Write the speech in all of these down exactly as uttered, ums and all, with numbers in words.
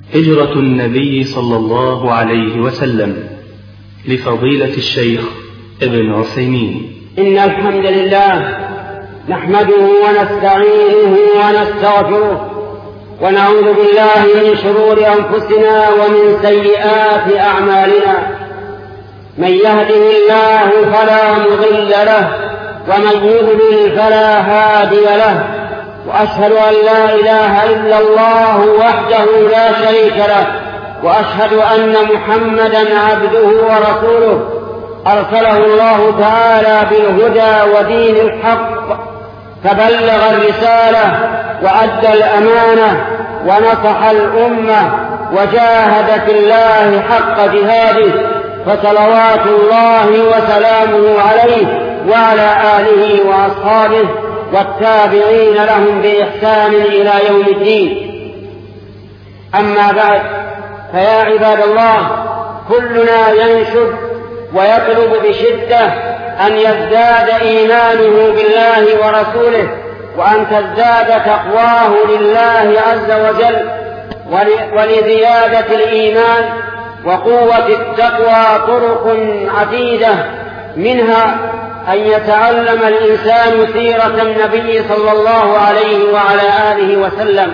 هجرة النبي صلى الله عليه وسلم لفضيلة الشيخ ابن عثيمين. إن الحمد لله نحمده ونستعينه ونستغفره ونعوذ بالله من شرور أنفسنا ومن سيئات أعمالنا. من يهده الله فلا مضل له ومن يضلل فلا هادي له، وأشهد أن لا إله إلا الله وحده لا شريك له، وأشهد أن محمدا عبده ورسوله أرسله الله تعالى بالهدى ودين الحق، فبلغ الرسالة وأدى الأمانة ونصح الأمة وجاهد في الله حق جهاده، فصلوات الله وسلامه عليه وعلى آله وأصحابه والتابعين لهم بإحسان إلى يوم الدين. أما بعد، فيا عباد الله، كلنا ينشد ويطلب بشدة أن يزداد إيمانه بالله ورسوله، وأن تزداد تقواه لله عز وجل، ولزيادة الإيمان وقوة التقوى طرق عديدة، منها أن يتعلم الإنسان سيرة النبي صلى الله عليه وعلى آله وسلم،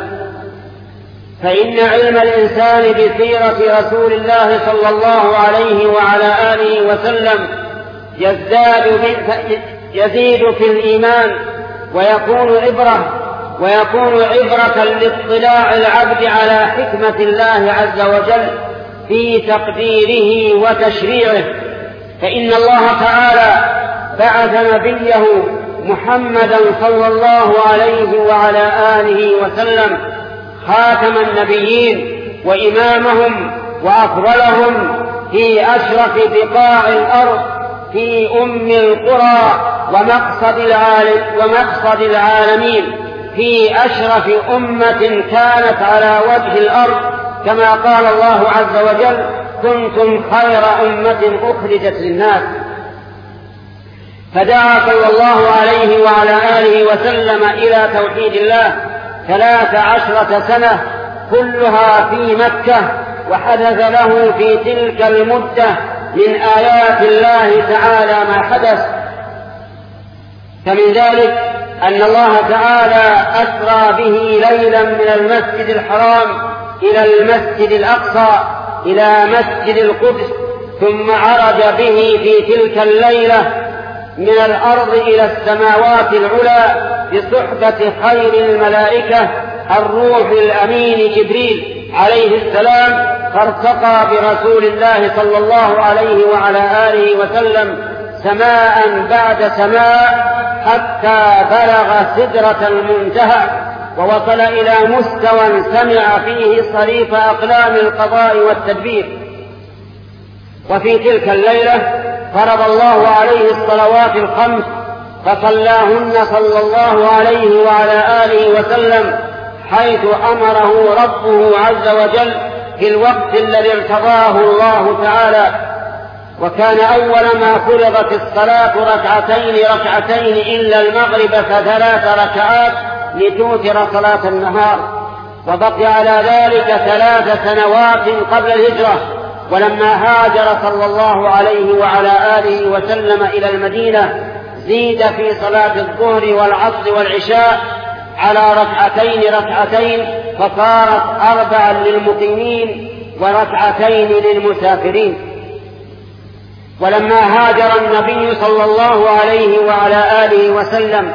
فإن علم الإنسان بسيرة رسول الله صلى الله عليه وعلى آله وسلم يزداد يزيد في الإيمان، ويكون عبرة ويكون عبرة لاطلاع العبد على حكمة الله عز وجل في تقديره وتشريعه. فإن الله تعالى بعث نبيه محمدا صلى الله عليه وعلى آله وسلم خاتم النبيين وإمامهم وأفضلهم في أشرف بقاع الأرض، في أم القرى ومقصد العالم ومقصد العالمين، في أشرف أمة كانت على وجه الأرض، كما قال الله عز وجل: كنتم خير أمة أخرجت للناس. فدعا صلى الله عليه وعلى آله وسلم إلى توحيد الله ثلاث عشرة سنة كلها في مكة، وحدث له في تلك المدة من آيات الله تعالى ما حدث. فمن ذلك أن الله تعالى أسرى به ليلا من المسجد الحرام إلى المسجد الأقصى إلى مسجد القدس، ثم عرج به في تلك الليلة من الأرض إلى السماوات العلى بصحبة خير الملائكة الروح الأمين جبريل عليه السلام، فارتقى برسول الله صلى الله عليه وعلى آله وسلم سماء بعد سماء حتى بلغ سدرة المنتهى، ووصل إلى مستوى سمع فيه صريف أقلام القضاء والتدبير. وفي تلك الليلة فرض الله عليه الصلوات الخمس، فصلاهن صلى الله عليه وعلى آله وسلم حيث أمره ربه عز وجل في الوقت الذي ارتضاه الله تعالى. وكان أول ما فرضت الصلاة ركعتين ركعتين إلا المغرب فثلاث ركعات لتوتر صلاة النهار، وبقي على ذلك ثلاث سنوات قبل الهجرة. ولما هاجر صلى الله عليه وعلى آله وسلم إلى المدينة زيد في صلاة الظهر والعصر والعشاء على ركعتين ركعتين، فصارت أربعا للمقيمين وركعتين للمسافرين. ولما هاجر النبي صلى الله عليه وعلى آله وسلم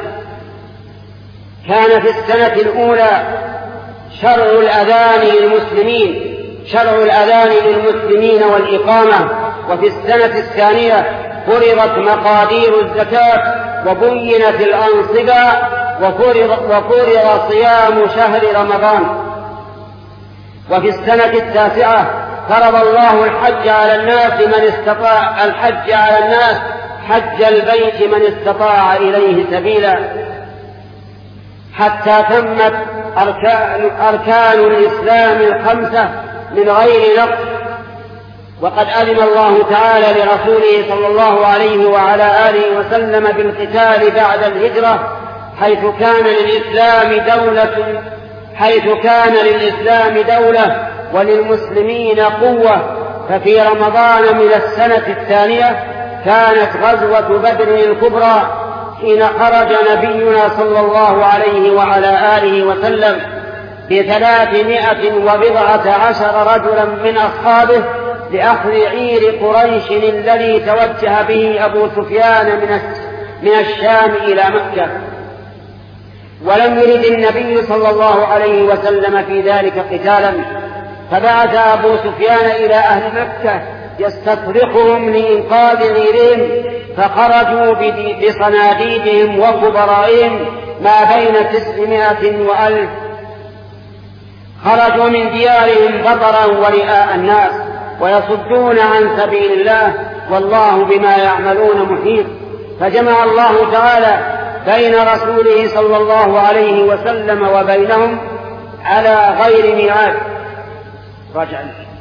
كان في السنة الأولى شرع الأذان للمسلمين شرع الأذان للمسلمين والإقامة، وفي السنة الثانية فرضت مقادير الزكاة وبينت الأنصبة وفرض, وفرض صيام شهر رمضان. وفي السنة التاسعة فرض الله الحج على الناس من استطاع الحج على الناس حج البيت من استطاع إليه سبيلا، حتى تمت أركان, أركان الإسلام الخمسة من غير نقص. وقد أذن الله تعالى لرسوله صلى الله عليه وعلى آله وسلم بالقتال بعد الهجرة، حيث كان للإسلام دولة حيث كان للإسلام دولة وللمسلمين قوة. ففي رمضان من السنة الثانية كانت غزوة بدر الكبرى، حين خرج نبينا صلى الله عليه وعلى آله وسلم بثلاثمائة وبضعة عشر رجلا من أصحابه لأخذ عير قريش الذي توجه به أبو سفيان من الشام إلى مكة. ولم يرد النبي صلى الله عليه وسلم في ذلك قتالا، فبعث أبو سفيان إلى أهل مكة يستصرخهم لإنقاذ غيرهم، فخرجوا بصناديدهم وكبرائهم ما بين تسعمائة وألف، خرجوا من ديارهم بطرا ورئاء الناس ويصدون عن سبيل الله، والله بما يعملون محيط. فجمع الله تعالى بين رسوله صلى الله عليه وسلم وبينهم على غير ميعاد رجع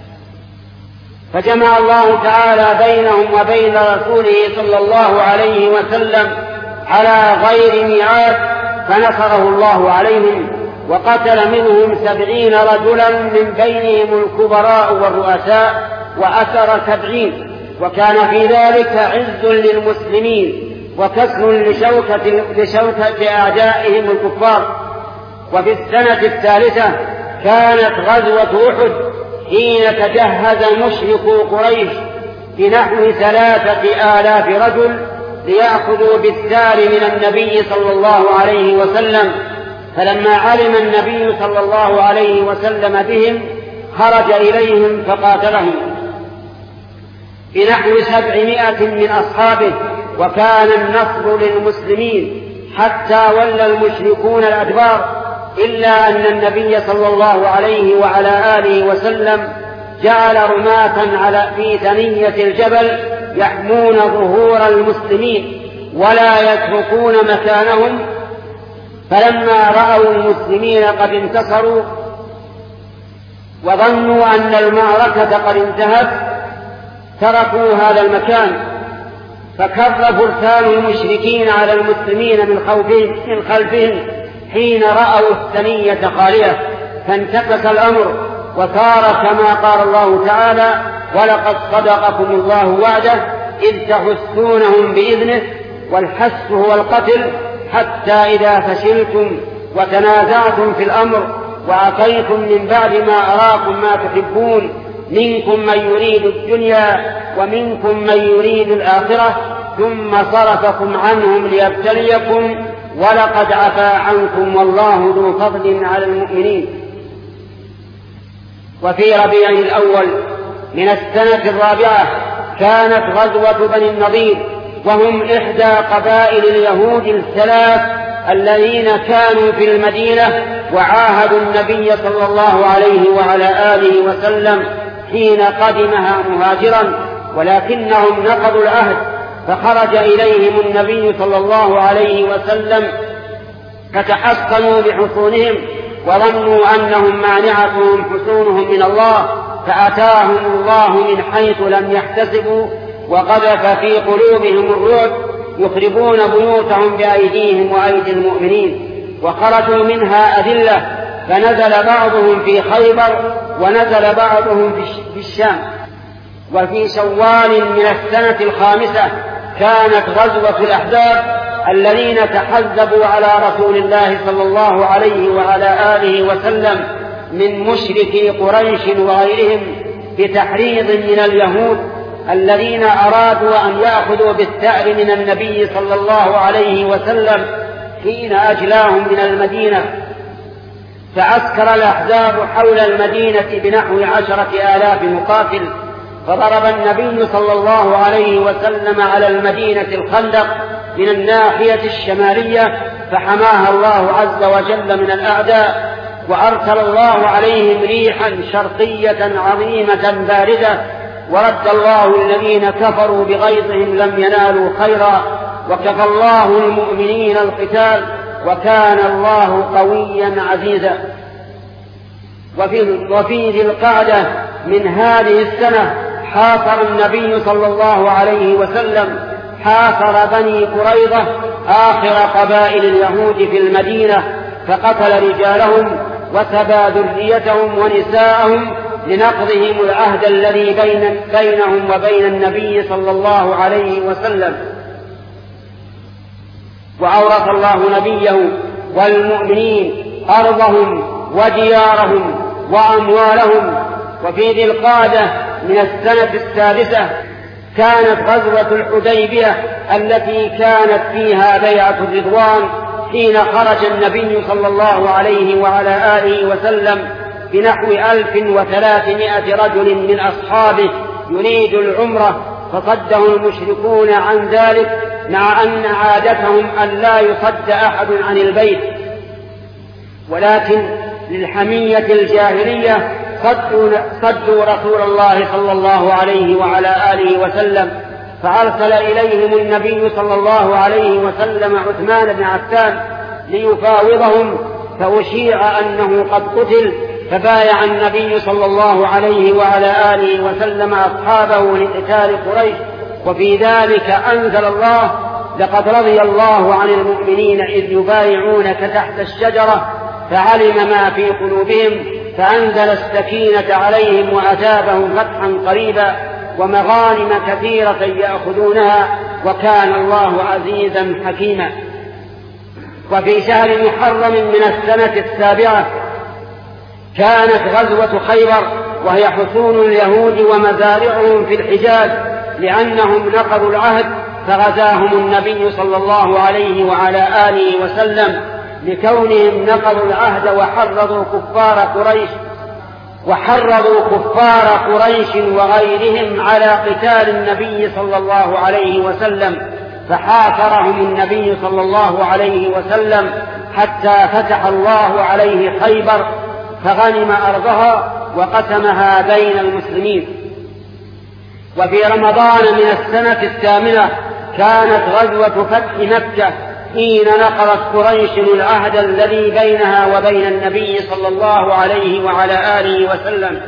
فجمع الله تعالى بينهم وبين رسوله صلى الله عليه وسلم على غير ميعاد، فنصره الله عليهم وقتل منهم سبعين رجلا من بينهم الكبراء والرؤساء وأسر سبعين، وكان في ذلك عز للمسلمين وكسر لشوكة, لشوكة أعدائهم الكفار. وفي السنة الثالثة كانت غزوة أحد، حين تجهز مشركو قريش بنحو ثلاثة آلاف رجل ليأخذوا بالثار من النبي صلى الله عليه وسلم. فلما علم النبي صلى الله عليه وسلم بهم خرج إليهم فقاتلهم بنحو سبعمائة من أصحابه، وكان النصر للمسلمين حتى ولى المشركون الأدبار، إلا أن النبي صلى الله عليه وعلى آله وسلم جعل رماة على في ثنية الجبل يحمون ظهور المسلمين ولا يتركون مكانهم. فلما رأوا المسلمين قد انتصروا وظنوا أن المعركة قد انتهت تركوا هذا المكان، فكر فرسان المشركين على المسلمين من خوفهم من خلفهم حين رأوا الثنية خالية، فانتكس الأمر وصار كما قال الله تعالى: ولقد صدقكم الله وعده إذ تحسونهم بإذنه، والحس هو القتل، حتى إذا فشلتم وتنازعتم في الأمر وعصيتم من بعد ما أراكم ما تحبون منكم من يريد الدنيا ومنكم من يريد الآخرة ثم صرفكم عنهم ليبتليكم ولقد عفا عنكم والله ذو فضل على المؤمنين. وفي ربيع الأول من السنة الرابعة كانت غزوة بني النضير، وهم إحدى قبائل اليهود الثلاث الذين كانوا في المدينة وعاهدوا النبي صلى الله عليه وعلى آله وسلم حين قدمها مهاجرا، ولكنهم نقضوا العهد، فخرج إليهم النبي صلى الله عليه وسلم فتحصنوا بحصونهم وظنوا أنهم مانعتهم حصونهم من الله، فأتاهم الله من حيث لم يحتسبوا وقذف في قلوبهم الرعب يخربون بيوتهم بأيديهم وأيدي المؤمنين، وخرجوا منها أذلة، فنزل بعضهم في خيبر ونزل بعضهم في الشام. وفي شوال من السنة الخامسة كانت غزوة الأحزاب الذين تحزبوا على رسول الله صلى الله عليه وعلى آله وسلم من مشركي قريش وغيرهم بتحريض من اليهود الذين أرادوا أن يأخذوا بالثأر من النبي صلى الله عليه وسلم حين أجلاهم من المدينة. فعسكر الأحزاب حول المدينة بنحو عشرة آلاف مقاتل، فضرب النبي صلى الله عليه وسلم على المدينة الخندق من الناحية الشمالية، فحماها الله عز وجل من الأعداء، وأرسل الله عليهم ريحا شرقية عظيمة باردة، ورد الله الذين كفروا بغيظهم لم ينالوا خيرا، وكفى الله المؤمنين القتال، وكان الله قويا عزيزا. وفي, وفي ذي القعدة من هذه السنة حاصر النبي صلى الله عليه وسلم حاصر بني قريظة آخر قبائل اليهود في المدينة، فقتل رجالهم وسبى ذريتهم ونساءهم لنقضهم العهد الذي بين بينهم وبين النبي صلى الله عليه وسلم. وأورث الله نبيه والمؤمنين أرضهم وديارهم وأموالهم. وفي ذي القعدة من السنة السادسة كانت غزوة الحديبية التي كانت فيها بيعة الرضوان، حين خرج النبي صلى الله عليه وعلى آله وسلم بنحو ألف وثلاثمائة رجل من أصحابه يريد العمرة، فصده المشركون عن ذلك، مع أن عادتهم أن لا يصد أحد عن البيت، ولكن للحمية الجاهلية صدوا, صدوا رسول الله صلى الله عليه وعلى آله وسلم، فأرسل إليهم النبي صلى الله عليه وسلم عثمان بن عفان ليفاوضهم، فأشيع أنه قد قتل، فبايع النبي صلى الله عليه وعلى آله وسلم أصحابه لقتال قريش. وفي ذلك أنزل الله: لقد رضي الله عن المؤمنين إذ يبايعونك تحت الشجرة فعلم ما في قلوبهم فأنزل السكينة عليهم وأثابهم فتحا قريبا ومغانم كثيرة يأخذونها وكان الله عزيزا حكيما. وفي شهر محرم من السنة السابعة كانت غزوة خيبر، وهي حصون اليهود ومزارعهم في الحجاز، لأنهم نقضوا العهد، فغزاهم النبي صلى الله عليه وعلى آله وسلم لكونهم نقضوا العهد وحرضوا كفار قريش وحرضوا كفار قريش وغيرهم على قتال النبي صلى الله عليه وسلم، فحاصرهم النبي صلى الله عليه وسلم حتى فتح الله عليه خيبر، فغنم أرضها وقسمها بين المسلمين. وفي رمضان من السنة الثامنة كانت غزوة فتح مكة، حين نقضت قريش العهد الذي بينها وبين النبي صلى الله عليه وعلى آله وسلم،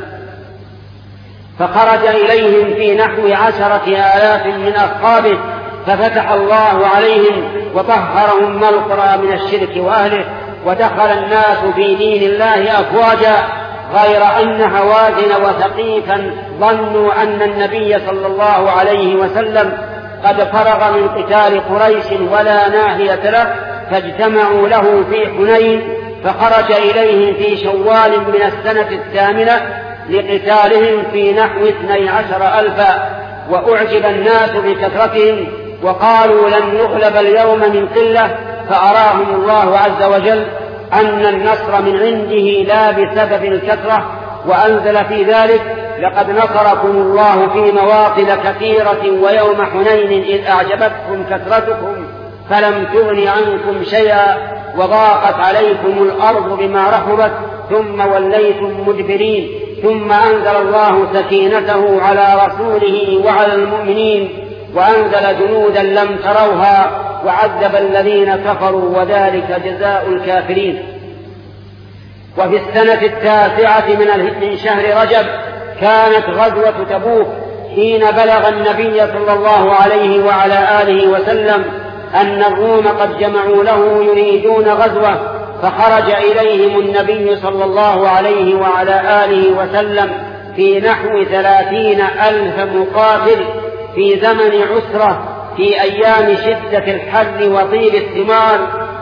فخرج إليهم في نحو عشرة آلاف من أصحابه، ففتح الله عليهم وطهرهم من القرى من الشرك وأهله، ودخل الناس في دين الله أفواجا، غير أن هوازن وثقيفا ظنوا أن النبي صلى الله عليه وسلم قد فرغ من قتال قريش ولا ناهية له، فاجتمعوا له في حنين، فخرج إليهم في شوال من السنة الثامنة لقتالهم في نحو اثني عشر ألفا، وأعجب الناس بكثرتهم وقالوا لن نغلب اليوم من قلة، فأراهم الله عز وجل أن النصر من عنده لا بسبب الكثرة، وأنزل في ذلك: لقد نصركم الله في مواطن كثيرة ويوم حنين إذ أعجبتكم كثرتكم فلم تغن عنكم شيئا وضاقت عليكم الأرض بما رحبت ثم وليتم مدبرين، ثم أنزل الله سكينته على رسوله وعلى المؤمنين وأنزل جنودا لم تروها وعذب الذين كفروا وذلك جزاء الكافرين. وفي السنة التاسعة من شهر رجب كانت غزوة تبوك، حين بلغ النبي صلى الله عليه وعلى آله وسلم أن الروم قد جمعوا له يريدون غزوة، فخرج إليهم النبي صلى الله عليه وعلى آله وسلم في نحو ثلاثين ألف مقاتل في زمن عسرة، في أيام شدة الحر وطيب الثمار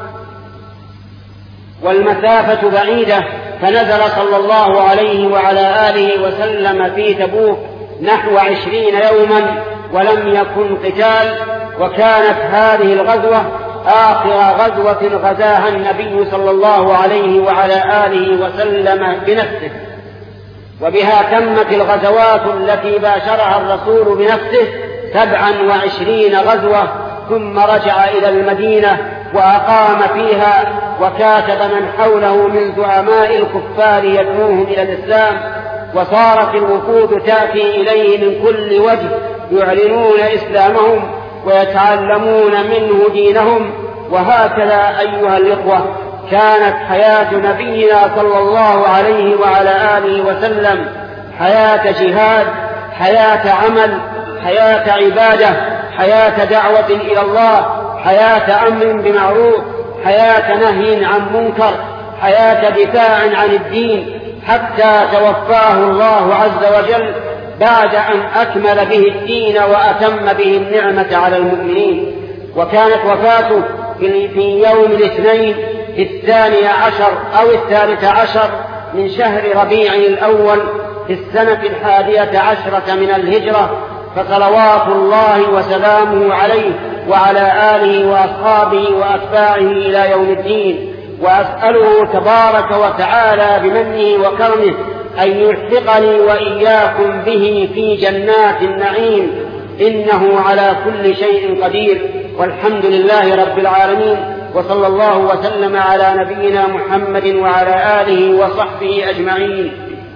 والمسافة بعيدة، فنزل صلى الله عليه وعلى آله وسلم في تبوك نحو عشرين يوما ولم يكن قتال. وكانت هذه الغزوة آخر غزوة غزاها النبي صلى الله عليه وعلى آله وسلم بنفسه، وبها تمت الغزوات التي باشرها الرسول بنفسه سبعا وعشرين غزوة، ثم رجع إلى المدينة وأقام فيها، وكاتب من حوله من زعماء الكفار يدعوهم إلى الإسلام، وصارت الوفود تأتي إليه من كل وجه يعلنون إسلامهم ويتعلمون منه دينهم. وهكذا أيها الإخوة كانت حياة نبينا صلى الله عليه وعلى آله وسلم حياة جهاد، حياة عمل، حياة عبادة، حياة دعوة إلى الله، حياة أمر بمعروف، حياة نهي عن منكر، حياة دفاع عن الدين، حتى توفاه الله عز وجل بعد أن أكمل به الدين وأتم به النعمة على المؤمنين. وكانت وفاته في يوم الاثنين في الثاني عشر أو الثالث عشر من شهر ربيع الأول في السنة الحادية عشرة من الهجرة، فصلوات الله وسلامه عليه وعلى آله وأصحابه وأتباعه إلى يوم الدين. وأسأله تبارك وتعالى بمنه وكرمه أن يلحقني وإياكم به في جنات النعيم، إنه على كل شيء قدير، والحمد لله رب العالمين، وصلى الله وسلم على نبينا محمد وعلى آله وصحبه أجمعين.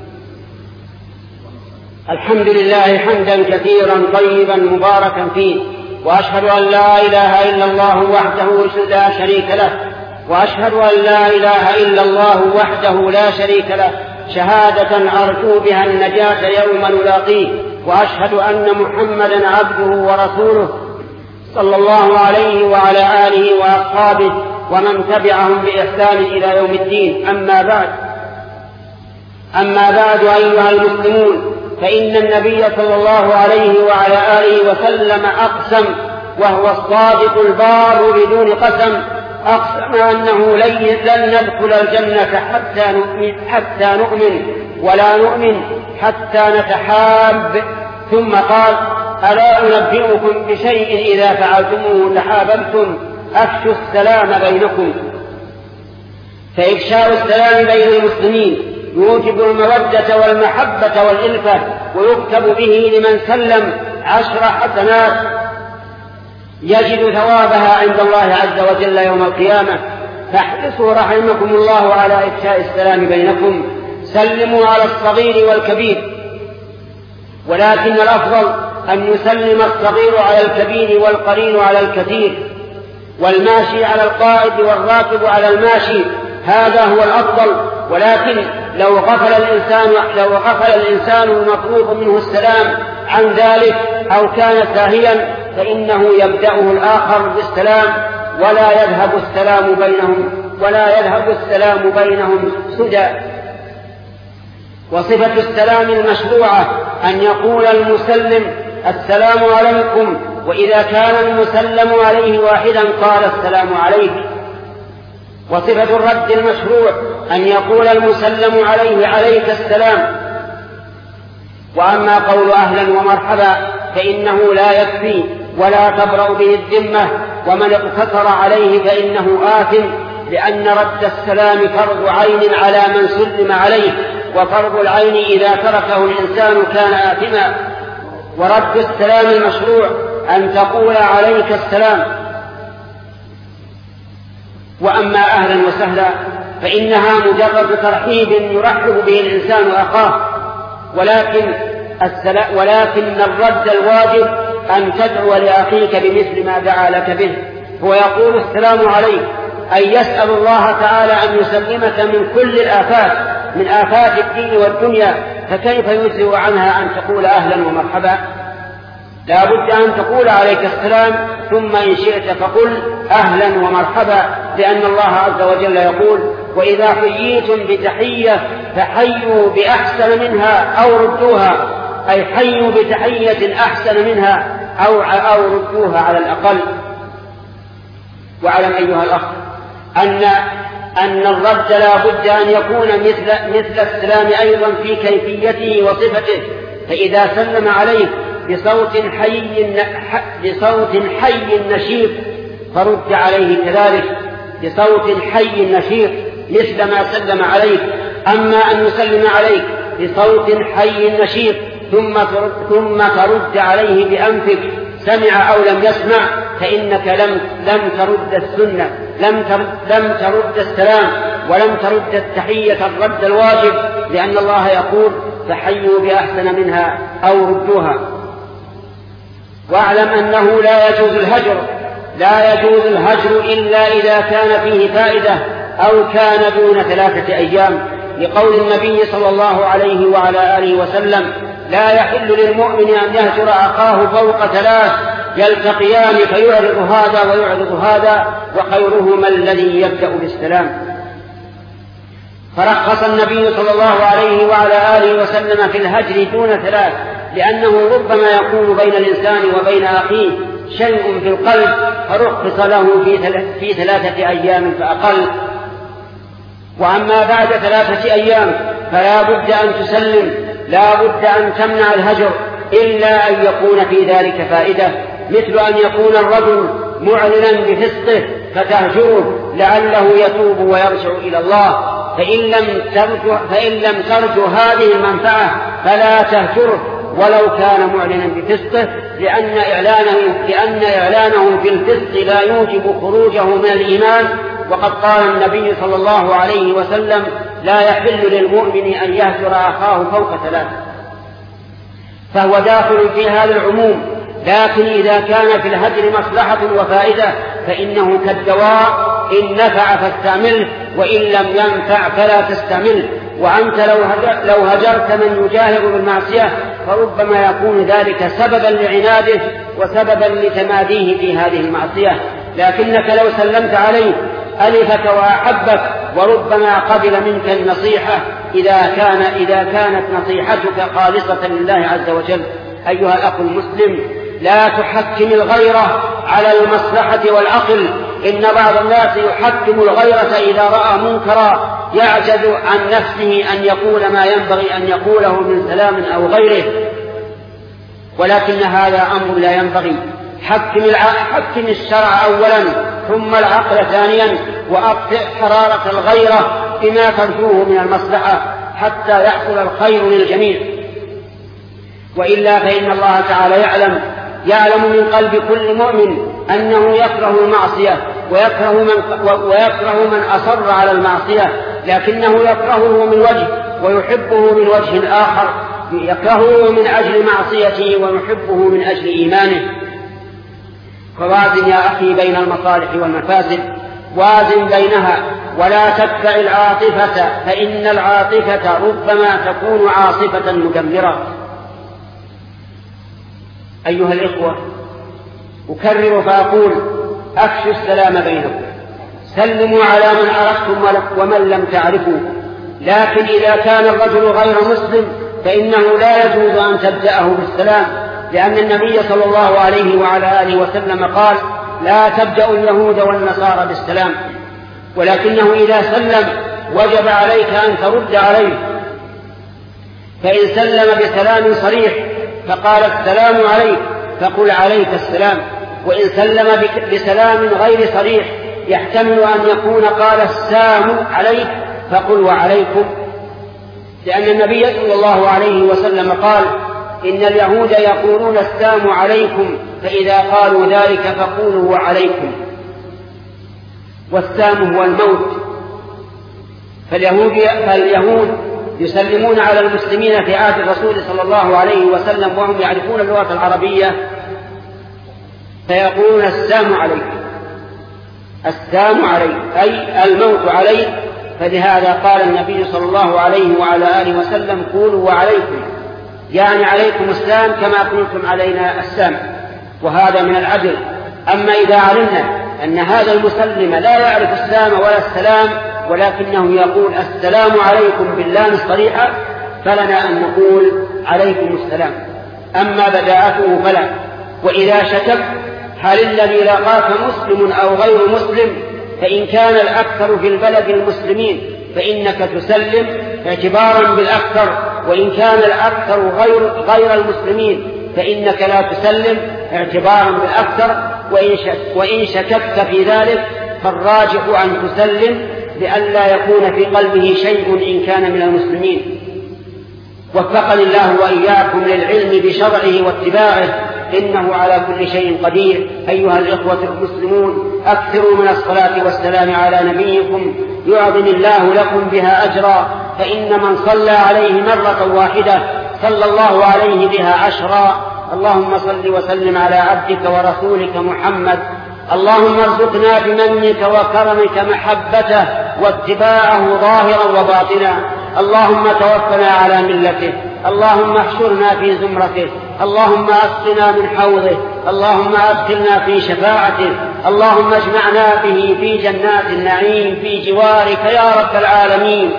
الحمد لله حمدا كثيرا طيبا مباركا فيه، وأشهد أن لا إله إلا الله وحده لا شريك له، وأشهد أن لا إله إلا الله وحده لا شريك له شهادة أرجو بها النجاة يوم نلاقيه، وأشهد أن محمدا عبده ورسوله صلى الله عليه وعلى آله وأصحابه ومن تبعهم بإحسان إلى يوم الدين. أما بعد أما بعد أيها المسلمون، فإن النبي صلى الله عليه وعلى آله وسلم أقسم وهو الصادق البار بدون قسم، أقسم أنه لن ندخل الجنة حتى نؤمن, حتى نؤمن ولا نؤمن حتى نتحاب. ثم قال: ألا أنبئكم بشيء إذا فعلتموه تحاببتم؟ أفشوا السلام بينكم. فإفشاء السلام بين المسلمين يوجب المودة والمحبة والإلفة، ويكتب به لمن سلم عشر حسنات يجد ثوابها عند الله عز وجل يوم القيامة. فاحرصوا رحمكم الله على إفشاء السلام بينكم، سلموا على الصغير والكبير، ولكن الأفضل أن يسلم الصغير على الكبير والقرين على الكثير، والماشي على القائد والراكب على الماشي، هذا هو الأفضل. ولكن لو غفل الإنسان لو غفل الإنسان المطلوب منه السلام عن ذلك أو كان ساهيا فإنه يبدأه الآخر بالسلام ولا يذهب السلام بينهم ولا يذهب السلام بينهم سدى. وصفة السلام المشروعة أن يقول المسلم: السلام عليكم، وإذا كان المسلم عليه واحدا قال: السلام عليك. وصفة الرد المشروع أن يقول المسلم عليه: عليك السلام. وأما قول أهلا ومرحبا فإنه لا يكفي ولا تبرأ به الذمة، ومن اقتصر عليه فإنه آثم، لأن رد السلام فرض عين على من سلم عليه، وفرض العين إذا تركه الإنسان كان آثما. ورد السلام المشروع أن تقول: عليك السلام. وأما أهلا وسهلا فإنها مجرد ترحيب يرحب به الإنسان أخاه، ولكن ولكن الرد الواجب أن تدعو لأخيك بمثل ما دعا لك به. هو يقول: السلام عليك، أي يسأل الله تعالى أن يسلمك من كل الآفات، من آفات الدين والدنيا، فكيف يجزئ عنها أن تقول أهلا ومرحبا؟ لا بد أن تقول عليك السلام، ثم إن شئت فقل أهلا ومرحبا، لأن الله عز وجل يقول: وإذا حييتم بتحية فحيوا بأحسن منها أو ردوها، أي حيوا بتحية أحسن منها أو, أو ردوها على الأقل. واعلم أيها الأخ أن أن الرد لا بد أن يكون مثل, مثل السلام أيضا في كيفيته وصفته. فإذا سلم عليك بصوت حي بصوت حي نشيط فرد عليه كذلك بصوت حي نشيط مثل ما سلم عليك. أما أن يسلم عليك بصوت حي نشيط ثم ترد, ثم ترد عليه بأنفك سمع أو لم يسمع، فإنك لم, لم ترد السنة، لم ترد, لم ترد السلام، ولم ترد التحية الرد الواجب، لأن الله يقول: فحيوا بأحسن منها أو ردوها. واعلم أنه لا يجوز الهجر لا يجوز الهجر إلا إذا كان فيه فائدة أو كان دون ثلاثة أيام، لقول النبي صلى الله عليه وعلى آله وسلم: لا يحل للمؤمن أن يهجر أخاه فوق ثلاث يلتقيان فيعرض هذا ويعرض هذا، وخيرهما الذي يبدأ بالسلام. فرخص النبي صلى الله عليه وعلى آله وسلم في الهجر دون ثلاث، لأنه ربما يكون بين الإنسان وبين أخيه شيء في القلب، فرخص له في ثلاثة أيام فأقل. وأما بعد ثلاثة أيام فلا بد أن تسلم، لا بد أن تمنع الهجر، إلا أن يكون في ذلك فائدة، مثل أن يكون الرجل معلنا بفسقه فتهجره لعله يتوب ويرجع إلى الله، فإن لم ترجو, فإن لم ترجو هذه المنفعة فلا تهجره ولو كان معلنا بفسقه، لأن إعلانه, لأن إعلانه بالفسق لا يوجب خروجه من الإيمان. وقد قال النبي صلى الله عليه وسلم: لا يحل للمؤمن أن يهجر أخاه فوق ثلاث، فهو داخل في هذا العموم. لكن إذا كان في الهجر مصلحة وفائدة فإنه كالدواء، إن نفع فاستعمله وإن لم ينفع فلا تستعمله. وأنت لو هجرت من يجاهر بالمعصية فربما يكون ذلك سببا لعناده وسببا لتماديه في هذه المعصية، لكنك لو سلمت عليه ألفك وأحبك، وربما قبل منك النصيحة إذا, كان إذا كانت نصيحتك خالصة لله عز وجل. أيها الأخ المسلم، لا تحكم الغيرة على المصلحة والعقل. إن بعض الناس يحكم الغيرة إذا رأى منكرا يعجز عن نفسه أن يقول ما ينبغي أن يقوله من سلام أو غيره، ولكن هذا أمر لا ينبغي. حكم, حكم الشرع أولا ثم العقل ثانيا، وأطفئ حرارة الغيرة بما ترجوه من المصلحة حتى يحصل الخير للجميع. وإلا فإن الله تعالى يعلم يعلم من قلب كل مؤمن أنه يكره المعصية ويكره من, ويكره من أصر على المعصية، لكنه يكرهه من وجه ويحبه من وجه آخر، يكرهه من أجل معصيته ويحبه من أجل إيمانه. فوازن يا أخي بين المصالح والمفاسد، وازن بينها ولا تتبع العاطفة، فإن العاطفة ربما تكون عاصفة مدمرة. أيها الإخوة، أكرر فأقول: أفشوا السلام بينكم، سلموا على من عرفتم ومن لم تعرفوا. لكن إذا كان الرجل غير مسلم فإنه لا يجوز أن تبدأه بالسلام، لأن النبي صلى الله عليه وعلى آله وسلم قال: لا تبدأ اليهود والنصارى بالسلام. ولكنه إذا سلم وجب عليك أن ترد عليه، فإن سلم بسلام صريح فقال: السلام عليك، فقل: عليك السلام. وإن سلم بسلام غير صريح يحتمل أن يكون قال: السلام عليك، فقل: وعليكم. لأن النبي صلى الله عليه وسلم قال: إن اليهود يقولون السلام عليكم، فإذا قالوا ذلك فقولوا: وعليكم. والسلام هو الموت. فاليهود, فاليهود يسلمون على المسلمين في عهد الرسول صلى الله عليه وسلم وهم يعرفون اللغة العربية، فيقولون: السلام عليك، السلام عليك، أي الموت عليك. فلهذا قال النبي صلى الله عليه وعلى آله وسلم: قولوا وعليكم، يعني عليكم السلام كما قلتم علينا السلام. وهذا من العدل. أما إذا علمنا أن هذا المسلم لا يعرف السلام ولا السلام ولكنه يقول: السلام عليكم باللام الصريحة، فلنا أن نقول: عليكم السلام. أما بداءته فلا. وإذا شكك هل الذي لقاك مسلم أو غير مسلم، فإن كان الأكثر في البلد المسلمين فإنك تسلم اعتبارا بالأكثر، وإن كان الأكثر غير, غير المسلمين فإنك لا تسلم اعتبارا بالأكثر. وإن, شك وإن شككت في ذلك فالراجح أن تسلم لئلا يكون في قلبه شيء إن كان من المسلمين. وفقني الله وإياكم للعلم بشرعه واتباعه، إنه على كل شيء قدير. أيها الإخوة المسلمون، أكثروا من الصلاة والسلام على نبيكم يعظم الله لكم بها أجرا، فإن من صلى عليه مرة واحدة صلى الله عليه بها عشرا. اللهم صل وسلم على عبدك ورسولك محمد. اللهم ارزقنا بمنك وكرمك محبته واتباعه ظاهرا وباطنا. اللهم توفنا على ملته. اللهم احشرنا في زمرته. اللهم اسقنا من حوضه. اللهم ادخلنا في شفاعته. اللهم اجمعنا به في جنات النعيم في جوارك يا رب العالمين.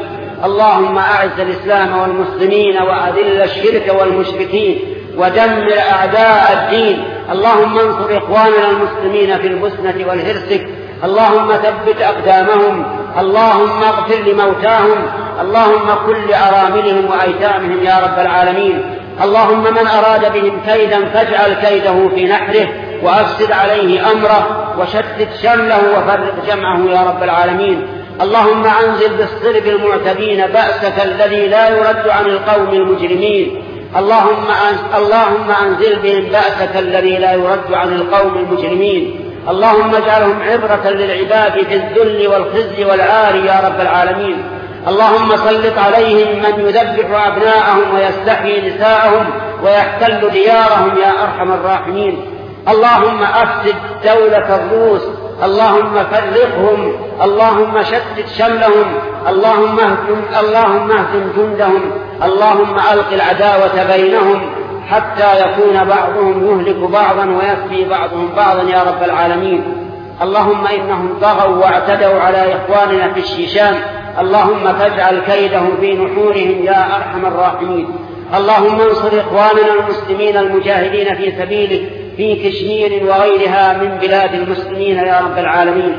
اللهم أعز الإسلام والمسلمين وأذل الشرك والمشركين ودمر أعداء الدين. اللهم انصر إخواننا المسلمين في البوسنة والهرسك، اللهم ثبت أقدامهم، اللهم اغفر لموتاهم، اللهم كن لأراملهم وأيتامهم يا رب العالمين. اللهم من أراد بهم كيدا فاجعل كيده في نحره وأفسد عليه أمره وشتت شمله وفرق جمعه يا رب العالمين. اللهم أنزل بالصلب المعتدين بأسك الذي لا يرد عن القوم المجرمين. اللهم اللهم أنزل بهم بأسك الذي لا يرد عن القوم المجرمين. اللهم اجعلهم عبرة للعباد في الذل والخزي والعار يا رب العالمين. اللهم سلط عليهم من يذبح أبناءهم ويستحيي نساءهم ويحتل ديارهم يا أرحم الراحمين. اللهم أفسد دولة الروس، اللهم فرقهم، اللهم شتت شملهم، اللهم اهزم اللهم اهزم جندهم، اللهم ألق العداوة بينهم حتى يكون بعضهم يهلك بعضا ويكفي بعضهم بعضا يا رب العالمين. اللهم إنهم طغوا واعتدوا على إخواننا في الشيشان، اللهم فاجعل كيدهم في نحورهم يا أرحم الراحمين. اللهم انصر إخواننا المسلمين المجاهدين في سبيلك في كشمير وغيرها من بلاد المسلمين يا رب العالمين.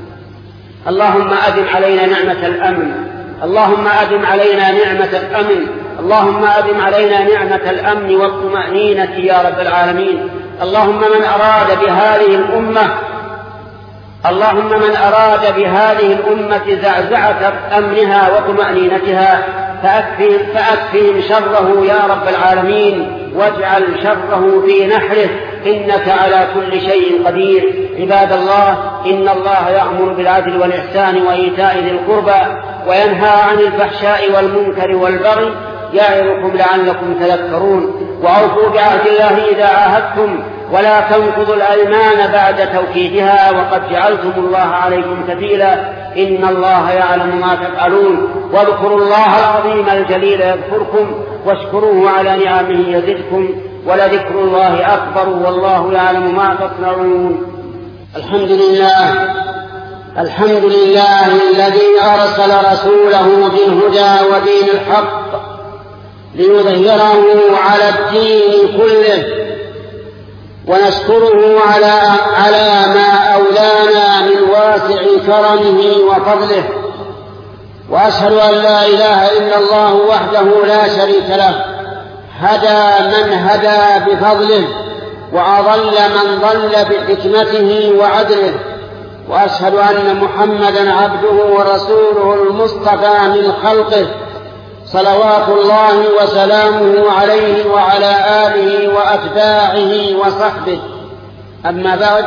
اللهم أدم علينا نعمة الأمن، اللهم أدم علينا نعمة الأمن، اللهم أدم علينا نعمة الأمن والطمأنينة يا رب العالمين. اللهم من أراد بهذه الأمة اللهم من أراد بهذه الأمة زعزعة أمنها وطمأنينتها فأكفهم, فأكفهم شره يا رب العالمين، واجعل شره في نحره، إنك على كل شيء قدير. عباد الله، إن الله يأمر بالعدل والإحسان وإيتاء ذي القربى وينهى عن الفحشاء والمنكر والبغي يعظكم لعلكم تذكرون. وأوفوا بعهد الله إذا عاهدتم ولا تنقضوا الأيمان بعد توكيدها وقد جعلتم الله عليكم كفيلا، إن الله يعلم ما تفعلون. واذكروا الله العظيم الجليل يذكركم واشكروه على نعمه يزدكم ولذكر الله أكبر والله يعلم ما تصنعون. الحمد لله الحمد لله الذي أرسل رسوله بالهدى ودين الحق ليظهره على الدين كله، ونشكره على على ما أولانا من واسع كرمه وفضله، وأشهد أن لا إله إلا الله وحده لا شريك له، هدى من هدى بفضله وأضل من ضل بحكمته وعدله، وأشهد أن محمدا عبده ورسوله المصطفى من خلقه صلوات الله وسلامه عليه وعلى آله وأتباعه وصحبه. أما بعد،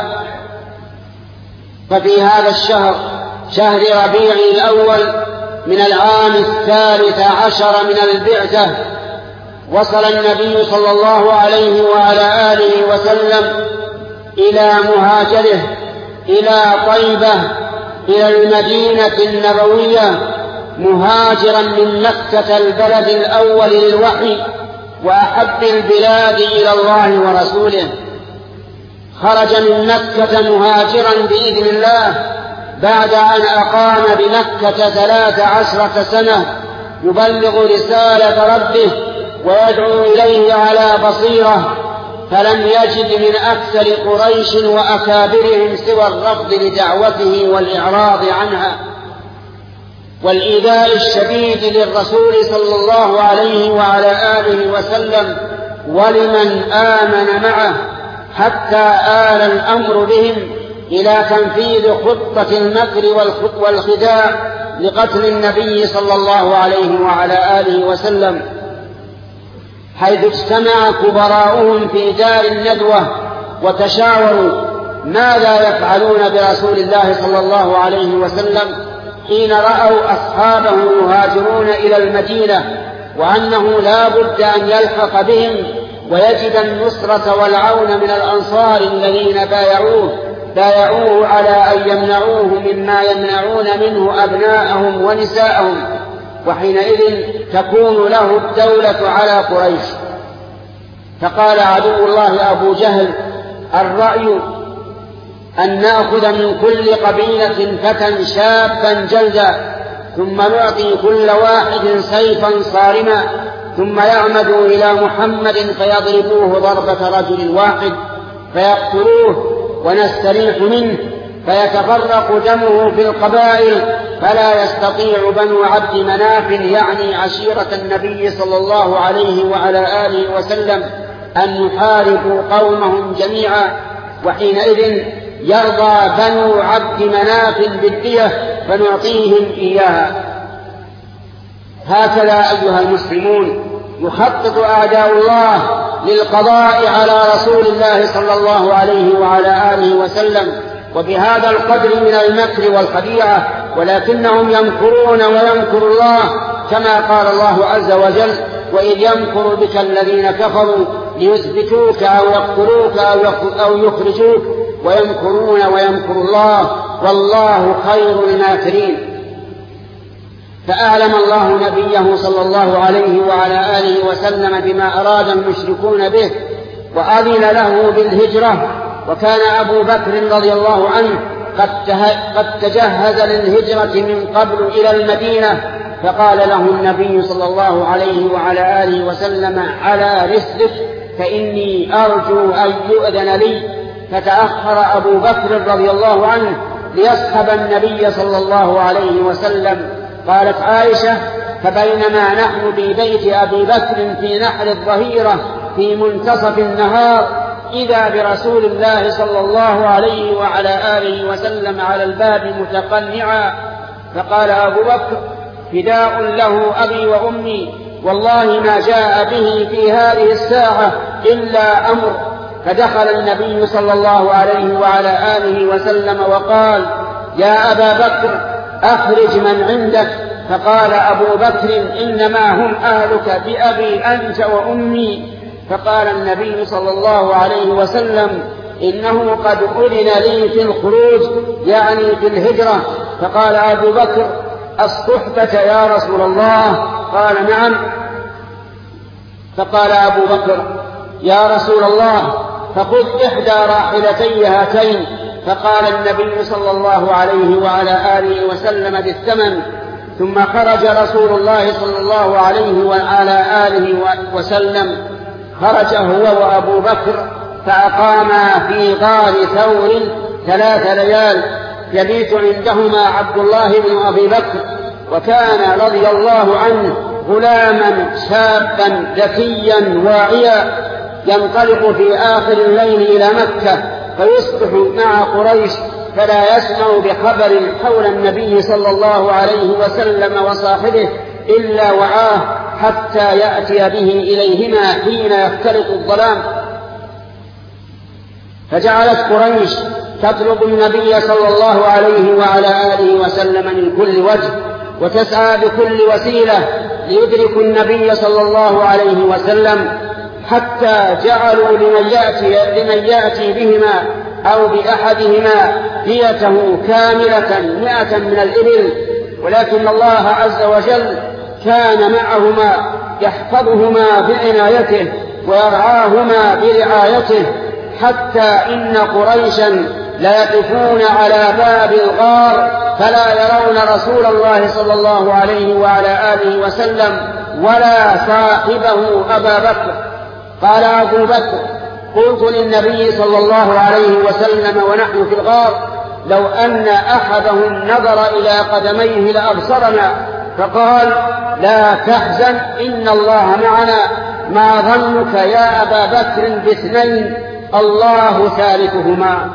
ففي هذا الشهر شهر ربيع الأول من العام الثالث عشر من البعثة وصل النبي صلى الله عليه وعلى آله وسلم إلى مهاجره إلى طيبة إلى المدينة النبوية مهاجرا من مكة البلد الأول للوحي وأحب البلاد إلى الله ورسوله. خرج من مكة مهاجرا بإذن الله بعد أن أقام بمكة ثلاث عشرة سنة يبلغ رسالة ربه ويدعو إليه على بصيرة، فلم يجد من أكثر قريش وأكابرهم سوى الرفض لدعوته والإعراض عنها والإيذاء الشديد للرسول صلى الله عليه وعلى آله وسلم ولمن آمن معه، حتى آل الأمر بهم إلى تنفيذ خطة المكر والخداع لقتل النبي صلى الله عليه وعلى آله وسلم، حيث اجتمع كبراؤهم في دار الندوة وتشاوروا ماذا يفعلون برسول الله صلى الله عليه وسلم حين رأوا أصحابه يهاجرون إلى المدينة، وأنه لا بد أن يلحق بهم ويجد النصرة والعون من الأنصار الذين بايعوه بايعوه على أن يمنعوه مما يمنعون منه أبناءهم ونساءهم، وحينئذ تكون له الدولة على قريش. فقال عدو الله أبو جهل: الرأي أن نأخذ من كل قبيلة فتى شابا جلدا ثم نعطي كل واحد سيفا صارما، ثم يعمدوا إلى محمد فيضربوه ضربة رجل واحد فيقتلوه ونستريح منه، فيتفرق دمه في القبائل، فلا يستطيع بنو عبد مناف يعني عشيرة النبي صلى الله عليه وعلى آله وسلم أن يحاربوا قومهم جميعا، وحينئذ يرضى بنو عبد مناف بالدية فنعطيهم إياها. هكذا أيها المسلمون يخطط أعداء الله للقضاء على رسول الله صلى الله عليه وعلى آله وسلم، وبهذا القدر من المكر والخديعة، ولكنهم يمكرون ويمكر الله، كما قال الله عز وجل: وإذ يمكر بك الذين كفروا ليثبتوك أو يقتلوك أو يخرجوك ويمكرون ويمكر الله والله خير الماكرين. فأعلم الله نبيه صلى الله عليه وعلى آله وسلم بما أراد المشركون به، وأذن له بالهجرة. وكان أبو بكر رضي الله عنه قد تجهز للهجرة من قبل إلى المدينة، فقال له النبي صلى الله عليه وعلى آله وسلم: على رسلك فإني أرجو أن يؤذن لي. فتأخر أبو بكر رضي الله عنه ليصحب النبي صلى الله عليه وسلم. قالت عائشة: فبينما نحن في بيت أبي بكر في نحر الظهيرة في منتصف النهار إذا برسول الله صلى الله عليه وعلى آله وسلم على الباب متقنعا. فقال أبو بكر: فداء له أبي وأمي، والله ما جاء به في هذه الساعة إلا أمر. فدخل النبي صلى الله عليه وعلى آله وسلم وقال: يا أبا بكر أخرج من عندك. فقال أبو بكر: إنما هم أهلك بأبي أنت وأمي. فقال النبي صلى الله عليه وسلم: إنه قد أذن لي في الخروج يعني في الهجرة. فقال أبو بكر: الصحبة يا رسول الله؟ قال: نعم. فقال أبو بكر: يا رسول الله فخذ إحدى راحلتي هاتين. فقال النبي صلى الله عليه وعلى آله وسلم بالثمن. ثم خرج رسول الله صلى الله عليه وعلى آله وسلم، خرج هو وأبو بكر فأقاما في غار ثور ثلاث ليال يبيت عندهما عبد الله بن أبي بكر، وكان رضي الله عنه غلاما شابا ذكيا واعيا، ينطلق في آخر الليل إلى مكة فيصبح مع قريش فلا يسمع بخبر حول النبي صلى الله عليه وسلم وصاحبه إلا وعاه حتى يأتي به إليهما حين يختلط الظلام. فجعلت قريش تطلب النبي صلى الله عليه وعلى آله وسلم من كل وجه، وتسعى بكل وسيلة ليدركوا النبي صلى الله عليه وسلم، حتى جعلوا لمن يأتي, لمن يأتي بهما أو بأحدهما ديته كاملة مئة من الإبل. ولكن الله عز وجل كان معهما يحفظهما بعنايته ويرعاهما برعايته، حتى إن قريشا ليقفون على باب الغار فلا يرون رسول الله صلى الله عليه وعلى آله وسلم ولا صاحبه أبا بكر. قال أبو بكر: قلت للنبي صلى الله عليه وسلم ونحن في الغار: لو أن أحدهم نظر إلى قدميه لأبصرنا. فقال: لا تحزن إن الله معنا، ما ظنك يا أبا بكر باثنين الله ثالثهما.